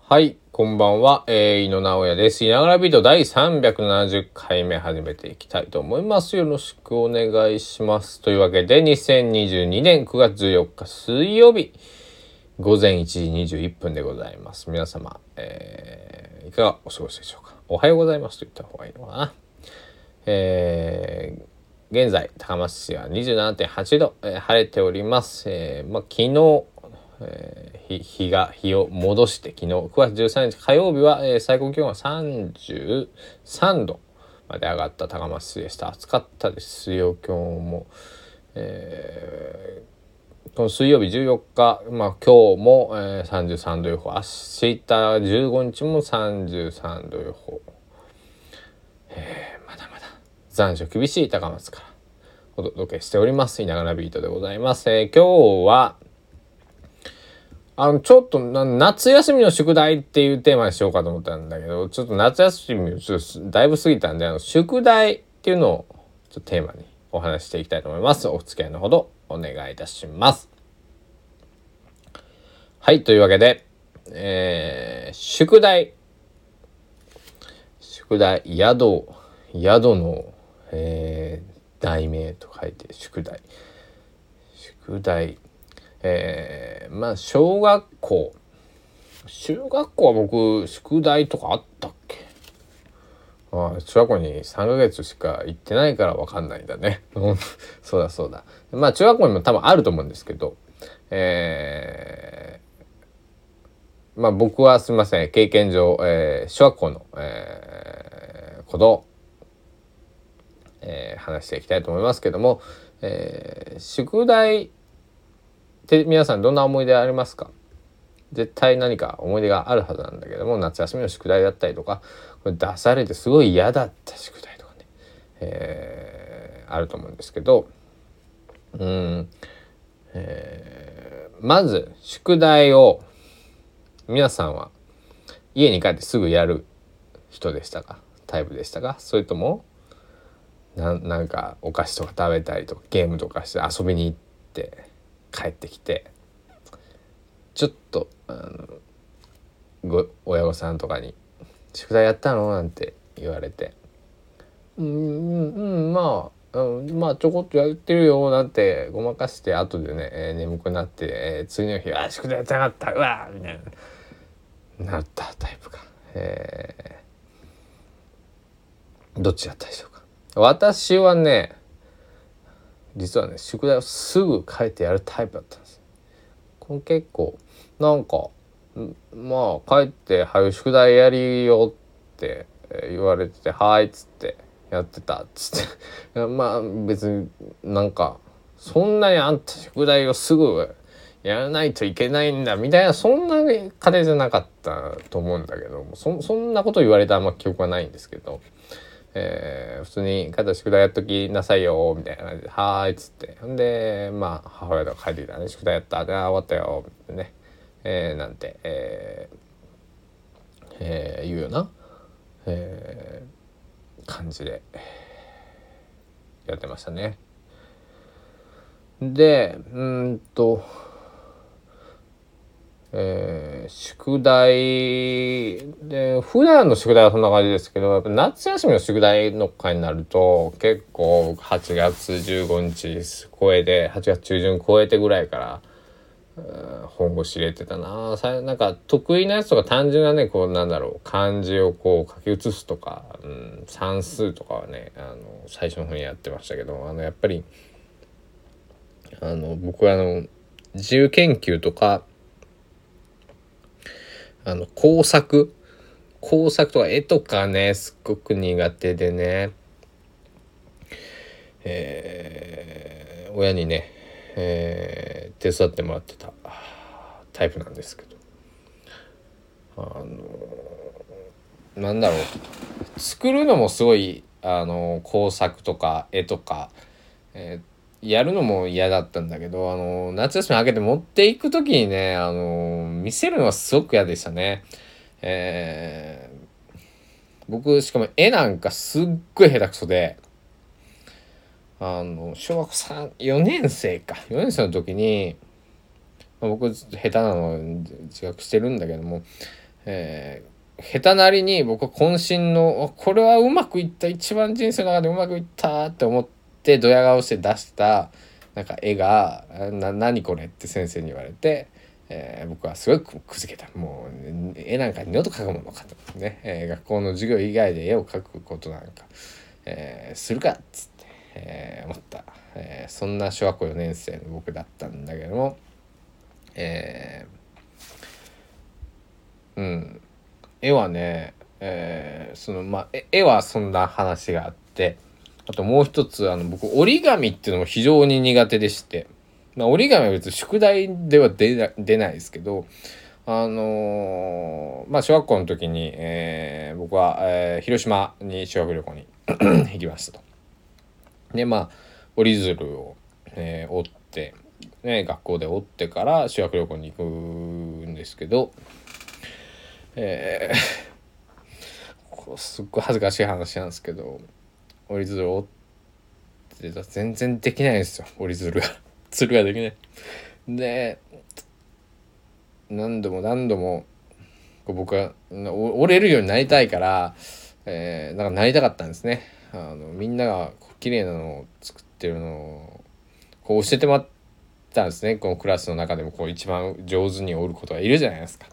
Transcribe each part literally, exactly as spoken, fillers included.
はい、こんばんは、えー、井野直哉です。いながらビート第さんびゃくななじゅっかいめ始めていきたいと思います。よろしくお願いします。というわけで、にせんにじゅうにねんくがつじゅうよっか水曜日、ごぜんいちじにじゅういっぷんでございます。皆様、えー、いかがお過ごしでしょうか。おはようございますと言った方がいいのかな。えー、現在、高松市は にじゅうななてんはちど、えー、晴れております。えー、まあ、昨日、えー、日日が日を戻して昨日くがつじゅうさんにち火曜日は、えー、最高気温はさんじゅうさんどまで上がった高松市でした。暑かったですよ今日も、えー、この水曜日じゅうよっか、まあ、今日も、えー、さんじゅうさんど予報、明日じゅうごにちもさんじゅうさんど予報、えー、まだまだ残暑厳しい高松からお届けしております。いながらビートでございます。えー、今日はあの、ちょっと夏休みの宿題っていうテーマにしようかと思ったんだけど、ちょっと夏休みちょっとだいぶ過ぎたんで、あの、宿題っていうのをちょっとテーマにお話ししていきたいと思います。お付き合いのほどお願いいたします。はい、というわけで、えー、宿題。宿題、宿、宿の、えー、題名と書いて宿題。宿題。えー、まあ、小学校。中学校は僕宿題とかあったっけ。ああ、中学校にさんかげつしか行ってないから分かんないんだねそうだそうだ。まあ中学校にも多分あると思うんですけど、えー、まあ僕はすみません、経験上、えー、小学校の、えー、こと、えー、話していきたいと思いますけども、えー、宿題って皆さんどんな思い出ありますか？絶対何か思い出があるはずなんだけども、夏休みの宿題だったりとか、これ出されてすごい嫌だった宿題とかね、えー、あると思うんですけど、うん、えー、まず宿題を皆さんは家に帰ってすぐやる人でしたか、タイプでしたか、それともななんかお菓子とか食べたりとかゲームとかして遊びに行って帰ってきてちょっとあのご親御さんとかに宿題やったのなんて言われて、うんうんうんまあ、うん、まあちょこっとやってるよなんてごまかして後でね、えー、眠くなって、えー、次の日あ宿題やってなかったうわーみたいななったタイプか、えー、どっちだったでしょうか。私はね実はね宿題をすぐ書いてやるタイプだったんです。これ結構なんかまあ帰って「はよ宿題やりよ」って言われてて「はい」っつってやってたっつってまあ別になんかそんなにあんた宿題をすぐやらないといけないんだみたいなそんな家庭じゃなかったと思うんだけど、そそんなこと言われたあんま記憶はないんですけど、えー、普通に「帰ったら宿題やっときなさいよ」みたいな感じで「はーい」っつってんでまあ母親とか帰ってきたらね「宿題やった」で「あ終わったよ」ってね、えー、なんて、えーえー、いうような、えー、感じでやってましたね。でうんと、えー、宿題で普段の宿題はそんな感じですけど、やっぱ夏休みの宿題の回になると結構はちがつじゅうごにち超えてはちがつちゅうじゅん超えてぐらいから本腰入れてたな。さなんか得意なやつとか単純なねこうなんだろう漢字をこう書き写すとか、うん、算数とかはねあの最初の方にやってましたけど、あのやっぱりあの僕はあの自由研究とかあの工作工作とか絵とかねすっごく苦手でね、えー、親にね、えー、手伝ってもらってたタイプなんですけど、あのなんだろう作るのもすごいあの工作とか絵とか、えー、やるのも嫌だったんだけど、あの夏休み明けて持っていく時にねあの見せるのはすごく嫌でしたね。えー、僕しかも絵なんかすっごい下手くそで、あの小学さんよねん生かよねん生の時に、まあ、僕下手なの自覚してるんだけども、 えー、下手なりに僕は渾身のこれはうまくいった、一番人生の中でうまくいったって思ってドヤ顔して出したなんか絵がな何これって先生に言われて、えー、僕はすごくくじけた。もう絵なんか二度と描くものかとね、えー、学校の授業以外で絵を描くことなんか、えー、するかっつって、えー、思った、えー、そんな小学校よねん生の僕だったんだけども、えー、うん絵はね、えー、そのまあ絵はそんな話があって、あともう一つあの僕折り紙っていうのも非常に苦手でして、まあ、折り紙は別に宿題では出な出ないですけど、あのー、まあ小学校の時に、えー、僕は、えー、広島に修学旅行に行きましたと。でまあ折り鶴を、えー、折って、ね、学校で折ってから修学旅行に行くんですけど、えー、すっごい恥ずかしい話なんですけど、折り鶴折ってた全然できないんですよ、折り鶴が鶴ができない。で何度も何度も僕は折れるようになりたいから、えー、なんかなりたかったんですね。あのみんなが綺麗なのを作ってるのをこう教えてもらったんですね。このクラスの中でもこう一番上手に折ることがいるじゃないですか。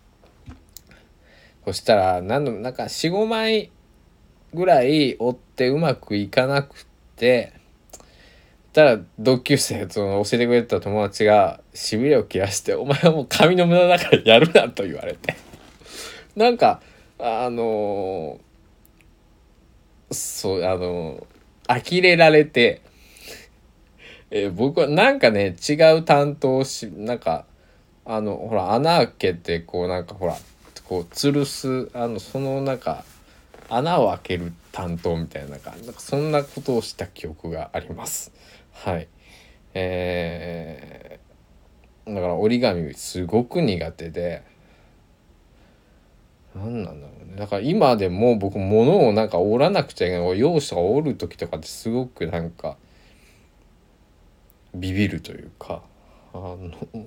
そしたら何度もなんか よん,ご 枚ぐらい折ってうまくいかなくて、たら同級生その教えてくれた友達がしびれを切らして「お前はもう紙の無駄だからやるな」と言われてなんかあのー、そうあのー、呆れられて、えー、僕はなんかね違う担当しなんかあのほら穴開けてこうなんかほらこう吊るすあのそのなんか穴を開ける担当みたいななんかなんかそんなことをした記憶があります。はい。えー、だから折り紙すごく苦手で、なんなんだろうね。だから今でも僕物をなんか折らなくちゃいけない。用紙とか折る時とかってすごくなんかビビるというか、あの、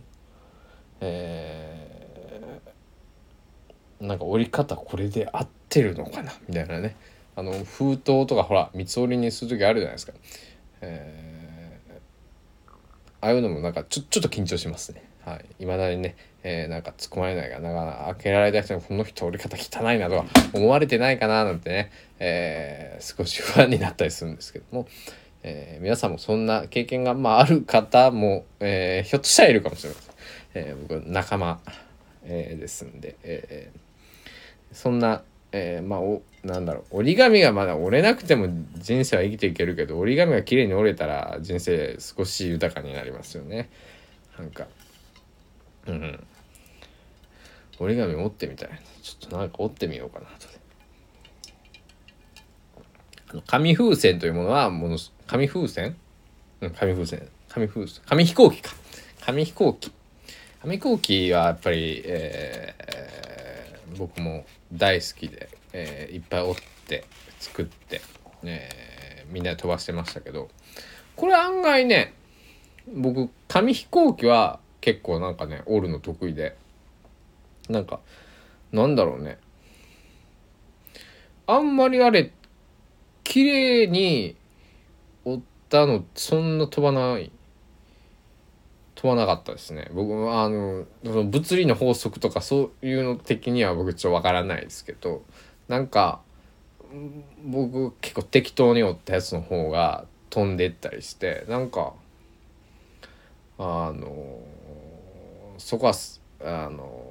えー、なんか折り方これで合ってるのかなみたいなね。あの封筒とかほら三つ折りにする時あるじゃないですか。えー、ああいうのもなんかちょちょっと緊張しますね。はい。未だにね、えー、なんか突っ込まれないかなかなか開けられた人にこの人折り方汚いなとか思われてないかななんてね、えー、少し不安になったりするんですけども、えー、皆さんもそんな経験が、まあ、ある方も、えー、ひょっとしたらいるかもしれません。えー、僕仲間、えー、ですんで、えー、そんな、えー、まあおなんだろう折り紙がまだ折れなくても人生は生きていけるけど、折り紙が綺麗に折れたら人生少し豊かになりますよね。なんかうん折り紙折ってみたいな。ちょっとなんか折ってみようかなと。あの紙風船というものはもの紙風船うん紙風船紙風船紙飛行機か紙飛行機紙飛行機はやっぱり、えー、僕も大好きで、えー、いっぱい折って作って、えー、みんなで飛ばしてましたけど、これ案外ね僕紙飛行機は結構なんかね折るの得意で、なんかなんだろうね、あんまりあれ綺麗に折ったのそんな飛ばない飛ばなかったですね。僕はあの物理の法則とかそういうの的には僕ちょっとわからないですけど、なんか僕結構適当に折ったやつの方が飛んでったりして、なんかあのそこはあの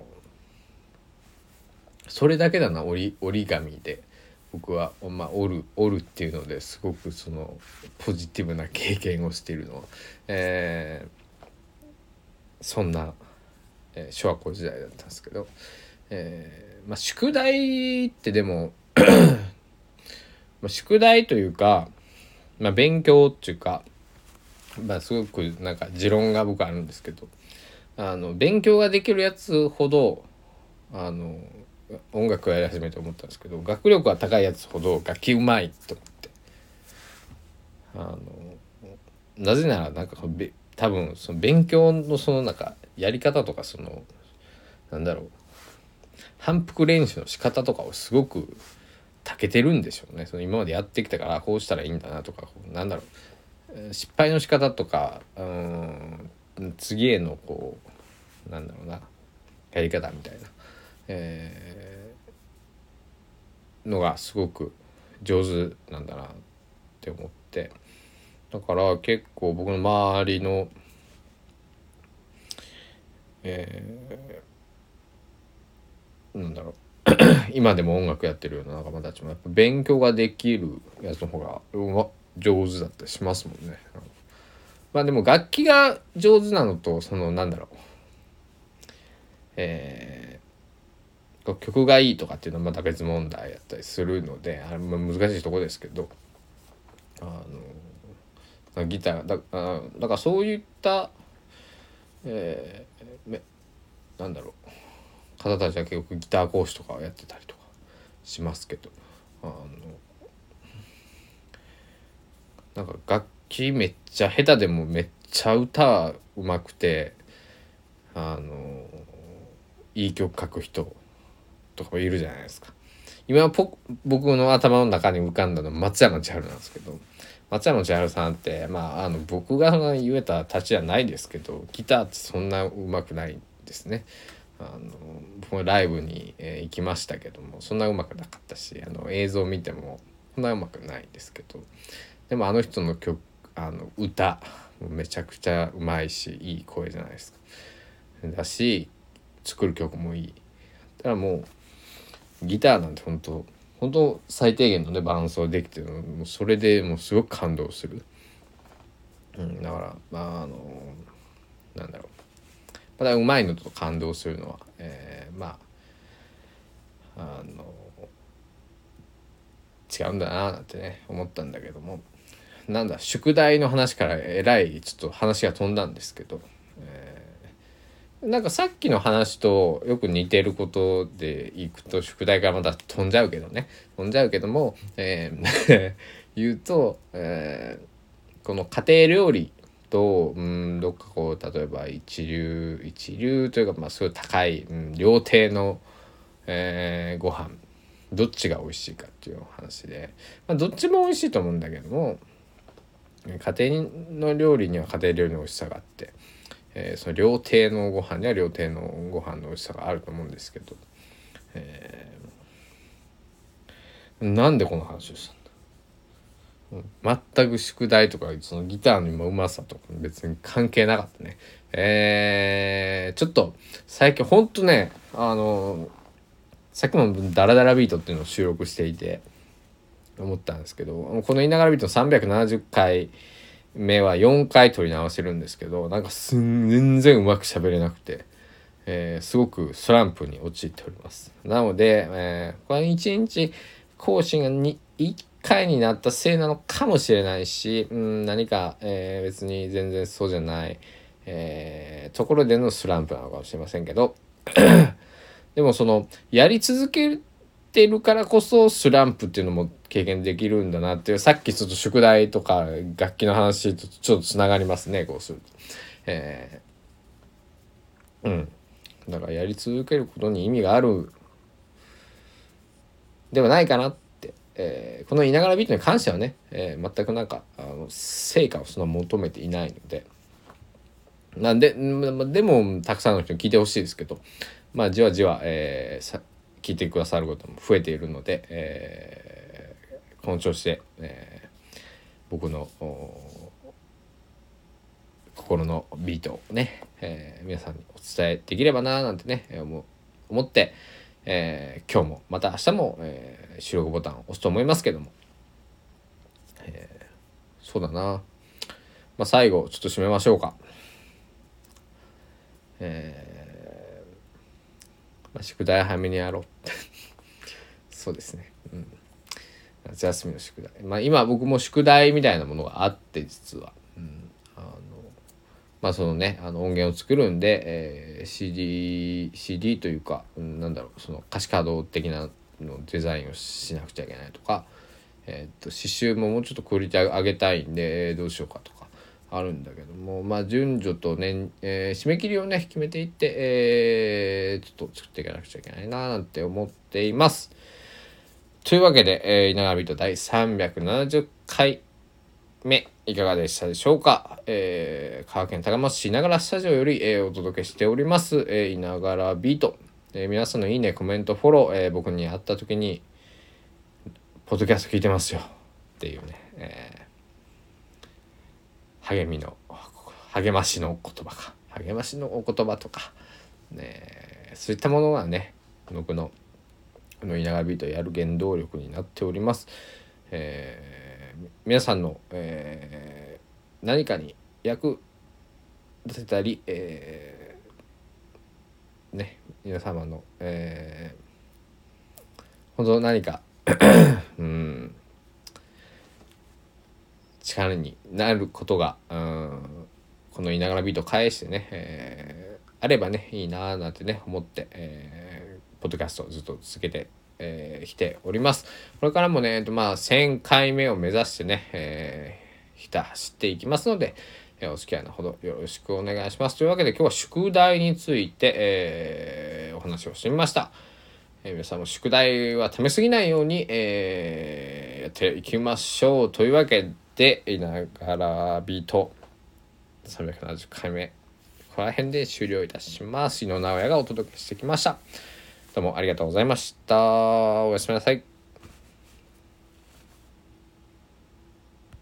それだけだな、折り折り紙で僕は、まあ、折る折るっていうのですごくそのポジティブな経験をしているのは、えー、そんな、えー、小学校時代だったんですけど、えーまあ、宿題ってでもまあ宿題というか、まあ、勉強っていうか、まあ、すごくなんか持論が僕あるんですけど、あの勉強ができるやつほどあの音楽をやり始めて思ったんですけど、学力が高いやつほど楽器うまいと思って、あのなぜならなんか多分その勉強のそのなんかやり方とかそのなんだろう反復練習の仕方とかをすごく長けてるんでしょうね。その今までやってきたからこうしたらいいんだなとか、なんだろう、失敗の仕方とか、うーん次へのこうなんだろうなやり方みたいな、えー、のがすごく上手なんだなって思って、だから結構僕の周りの、えー、なんだろう今でも音楽やってるような仲間たちもやっぱ勉強ができるやつの方が上手だったりしますもんね。まあでも楽器が上手なのと、そのなんだろう、えー、曲がいいとかっていうのはまた別問題やったりするので、あれ難しいところですけど、あのギターだ、あだからそういった、えー、なんだろう方たちは結構ギター講師とかをやってたりとかしますけど、あのなんか楽器めっちゃ下手でもめっちゃ歌うまくて、あのいい曲書く人とかもいるじゃないですか。今ポ僕の頭の中に浮かんだのは松山千春なんですけど、松山千春さんってまああの僕が言えた立ちじゃないですけど、ギターってそんな上手くないんですね。あの僕もライブに、えー、行きましたけども、そんな上手くなかったし、あの映像見てもそんな上手くないんですけど、でもあの人の曲、あの歌めちゃくちゃうまいし、いい声じゃないですか。だし作る曲もいい。だからもうギターなんて本当本当最低限のねバランスをできてるの、もうそれでもうすごく感動する。うん、だからまああのなんだろう、まだうまいのと感動するのは、えー、まああの違うんだななんてね思ったんだけども、なんだ宿題の話からえらいちょっと話が飛んだんですけど、えー、なんかさっきの話とよく似てることでいくと、宿題からまた飛んじゃうけどね飛んじゃうけども、えー、言うと、えー、この家庭料理と、うん、どっかこう例えば一流一流というか、まあすごい高い、うん、料亭の、えー、ご飯どっちが美味しいかっていう話で、まあ、どっちも美味しいと思うんだけども、家庭の料理には家庭料理の美味しさがあって、えー、その料亭のご飯には料亭のご飯の美味しさがあると思うんですけど、えー、なんでこの話をしたんだ。全く宿題とかそのギターの今うまさとか別に関係なかったね。えー、ちょっと最近ほんとね、あのさっきもダラダラビートっていうのを収録していて思ったんですけど、この「いながらビート」のさんびゃくななじゅっかいめはよんかい撮り直してるんですけど、なんかすん全然うまく喋れなくて、えー、すごくスランプに陥っております。なので、えー、これいちにち更新がにいっかいになったせいなのかもしれないし、うん、何か、えー、別に全然そうじゃない、えー、ところでのスランプなのかもしれませんけどでもそのやり続けてるからこそスランプっていうのも経験できるんだなっていう、さっきちょっと宿題とか楽器の話とちょっとつながりますね、こうすると。えー、うんだからやり続けることに意味があるではないかなって、えー、このいながらビートに関してはね、えー、全くなんかあの成果をそんな求めていないので、なんででもたくさんの人に聞いてほしいですけど、まあじわじわ、えー、さ聞いてくださることも増えているので、えー、この調子で、えー、僕の心のビートをね、えー、皆さんにお伝えできればななんてね思思って、えー、今日もまた明日も、えー、収録ボタンを押すと思いますけども、えー、そうだな、まあ、最後ちょっと締めましょうか。えーまあ、宿題早めにやろうそうですね、うん、夏休みの宿題、まあ今僕も宿題みたいなものがあって実は、うん、あのまあそのねあの音源を作るんで、えー、シーディー シーディー というか、うん、なんだろうその歌詞カード的なのデザインをしなくちゃいけないとか、えー、っと刺繍ももうちょっとクオリティ上げたいんで、えー、どうしようかとか、 あるんだけども、まあ順序とね、えー、締め切りをね決めていって、えー、ちょっと作っていかなくちゃいけないななんて思っています。というわけで、えー、稲川ビート第さんびゃくななじゅっかいめいかがでしたでしょうか。えー、香川県高松市稲柄スタジオより、えー、お届けしております、えー、稲柄ビート、えー、皆さんのいいねコメントフォロー、えー、僕に会った時にポッドキャスト聞いてますよっていうね、えー、励みの励ましの言葉か励ましのお言葉とか、ね、そういったものがね僕のこの稲川ビートをやる原動力になっております。えー、皆さんの、えー、何かに役立てたり、えー、ね皆様の、えー、本当何かうん力になることがうんこの稲柄ビートを返してね、えー、あればねいいなーなんてね思って、えー、ポッドキャストをずっと続けてえー、来ております。これからもね、まあ、せんかいめを目指してね、えー、ひた走っていきますので、えー、お付き合いのほどよろしくお願いします。というわけで今日は宿題について、えー、お話をしてみました。えー、皆さんも宿題はためすぎないように、えー、やっていきましょう。というわけで、稲柄ビートさんびゃくななじゅっかいめ、ここら辺で終了いたします。井野直哉がお届けしてきました。どうもありがとうございました。おやすみなさい。